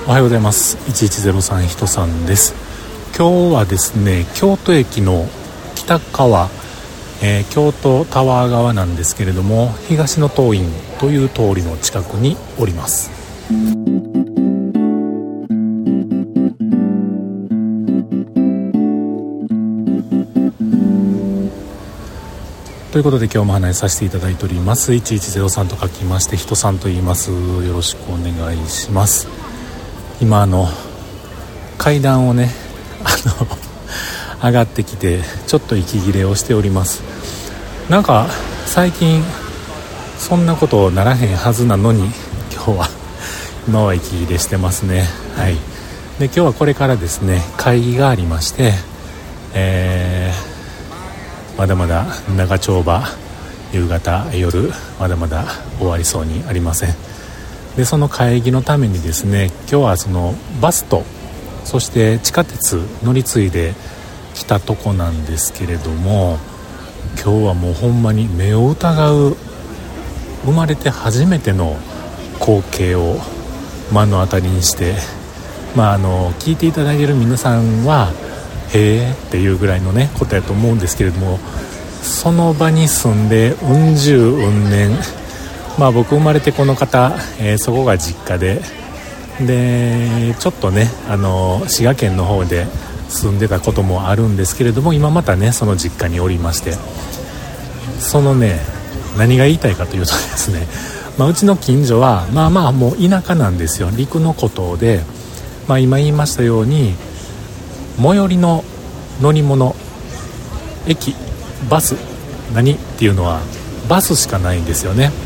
おはようございます。1103ひとさんです。今日はですね、京都駅の北側、京都タワー側なんですけれども、東の東院という通りの近くにおります。ということで今日も話させていただいております。1103と書きましてひとさんと言います。よろしくお願いします。今階段をね上がってきてちょっと息切れをしております。なんか最近そんなことならへんはずなのに今は息切れしてますね。はい。で今日はこれからですね会議がありまして、まだまだ長丁場、夕方夜まだまだ終わりそうにありません。でその会議のためにですね、今日はそのバスとそして地下鉄乗り継いで来たとこなんですけれども、今日はもうほんまに目を疑う生まれて初めての光景を目の当たりにして、聞いていただいている皆さんはへーっていうぐらいのねことやと思うんですけれども、その場に住んでうん十うん年、僕生まれてこの方、そこが実家でちょっとね滋賀県の方で住んでたこともあるんですけれども、今またねその実家におりまして、そのね何が言いたいかというとですね、うちの近所はもう田舎なんですよ。陸の孤島で、今言いましたように最寄りの乗り物、駅、バス何っていうのはバスしかないんですよね。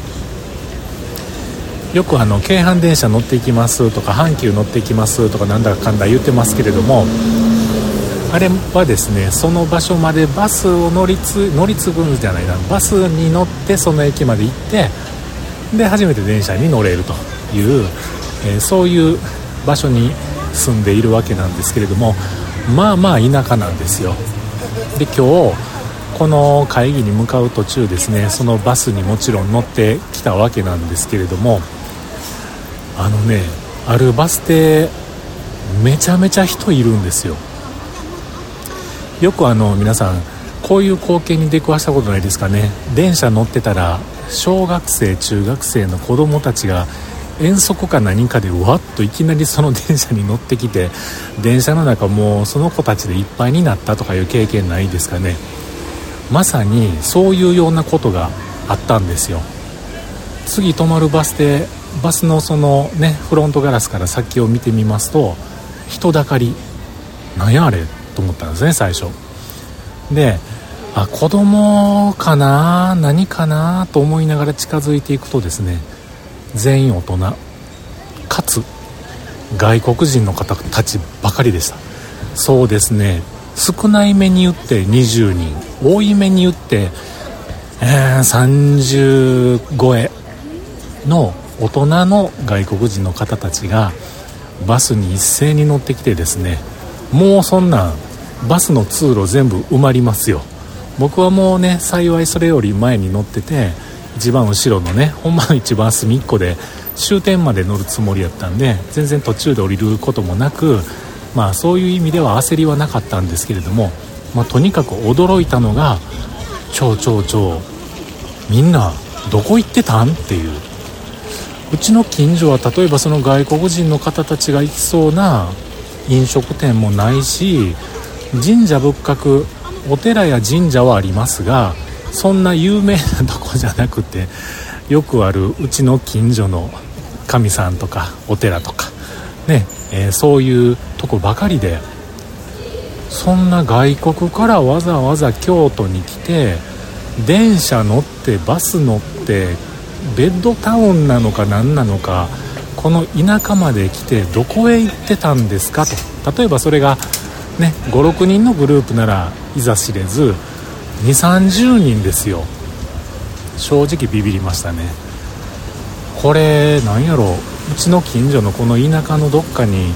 よく京阪電車乗っていきますとか阪急乗っていきますとかなんだかんだ言ってますけれども、あれはですねその場所までバスを乗り継ぐんじゃないな、バスに乗ってその駅まで行ってで初めて電車に乗れるという、そういう場所に住んでいるわけなんですけれども、田舎なんですよ。で今日この会議に向かう途中ですね、そのバスにもちろん乗ってきたわけなんですけれども、あるバス停めちゃめちゃ人いるんですよ。よく皆さんこういう光景に出くわしたことないですかね。電車乗ってたら小学生中学生の子供たちが遠足か何かでわっといきなりその電車に乗ってきて、電車の中もうその子たちでいっぱいになったとかいう経験ないですかね。まさにそういうようなことがあったんですよ。次止まるバス停、バスのそのねフロントガラスから先を見てみますと人だかり、なんやあれと思ったんですね最初で、子供かな何かなと思いながら近づいていくとですね、全員大人かつ外国人の方たちばかりでした。そうですね、少ない目に言って20人、多い目に言って、30超えの大人の外国人の方たちがバスに一斉に乗ってきてですね、もうそんなんバスの通路全部埋まりますよ。僕はもうね幸いそれより前に乗ってて、一番後ろのねほんまの一番隅っこで終点まで乗るつもりやったんで、全然途中で降りることもなく、そういう意味では焦りはなかったんですけれども、とにかく驚いたのがみんなどこ行ってたんっていう。うちの近所は例えばその外国人の方たちが行きそうな飲食店もないし、神社仏閣、お寺や神社はありますが、そんな有名なとこじゃなくて、よくあるうちの近所の神さんとかお寺とかね、そういうとこばかりで、そんな外国からわざわざ京都に来て電車乗ってバス乗ってベッドタウンなのか何なのか、この田舎まで来てどこへ行ってたんですかと。例えばそれがね 5,6 人のグループならいざ知れず 2,30 人ですよ。正直ビビりましたね。これなんやろう、うちの近所のこの田舎のどっかに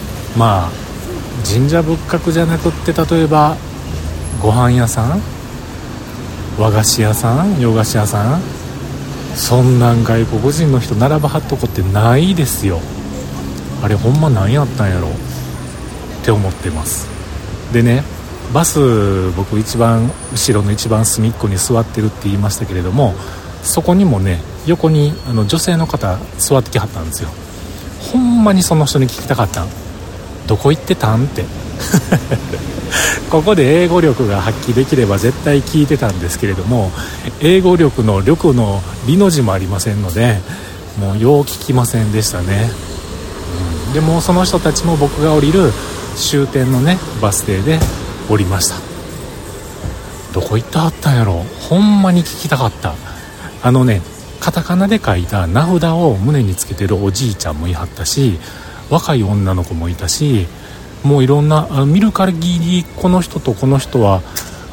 神社仏閣じゃなくって、例えばご飯屋さん、和菓子屋さん、洋菓子屋さん、そんなん外国人の人並ばはっとこってないですよ。 あれほんま何やったんやろって思ってます。でね、バス僕一番後ろの一番隅っこに座ってるって言いましたけれども、そこにもね横に女性の方座ってきはったんですよ。ほんまにその人に聞きたかったん、どこ行ってたんってここで英語力が発揮できれば絶対聞いてたんですけれども、英語力の力の理の字もありませんので、もうよう聞きませんでしたね。でもその人たちも僕が降りる終点のねバス停で降りました。どこ行ってはったんやろ、ほんまに聞きたかった。カタカナで書いた名札を胸につけてるおじいちゃんもいはったし、若い女の子もいたし、もういろんな見る限りこの人とこの人は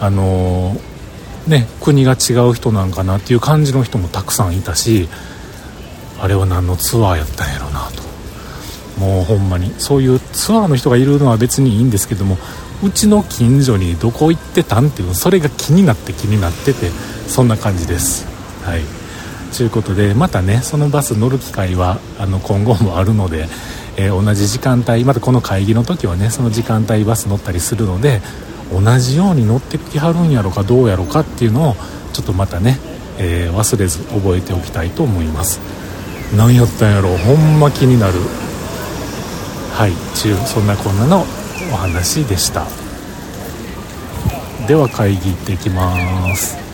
国が違う人なんかなっていう感じの人もたくさんいたし、あれは何のツアーやったんやろうなと。もうほんまにそういうツアーの人がいるのは別にいいんですけども、うちの近所にどこ行ってたんっていう、それが気になってて、そんな感じです。はい、ということでまたねそのバス乗る機会は今後もあるので、同じ時間帯、またこの会議の時はねその時間帯バス乗ったりするので、同じように乗ってきはるんやろかどうやろかっていうのをちょっとまたね、忘れず覚えておきたいと思います。何やったんやろ、ほんま気になる。はい、そんなこんなのお話でした。では会議行ってきます。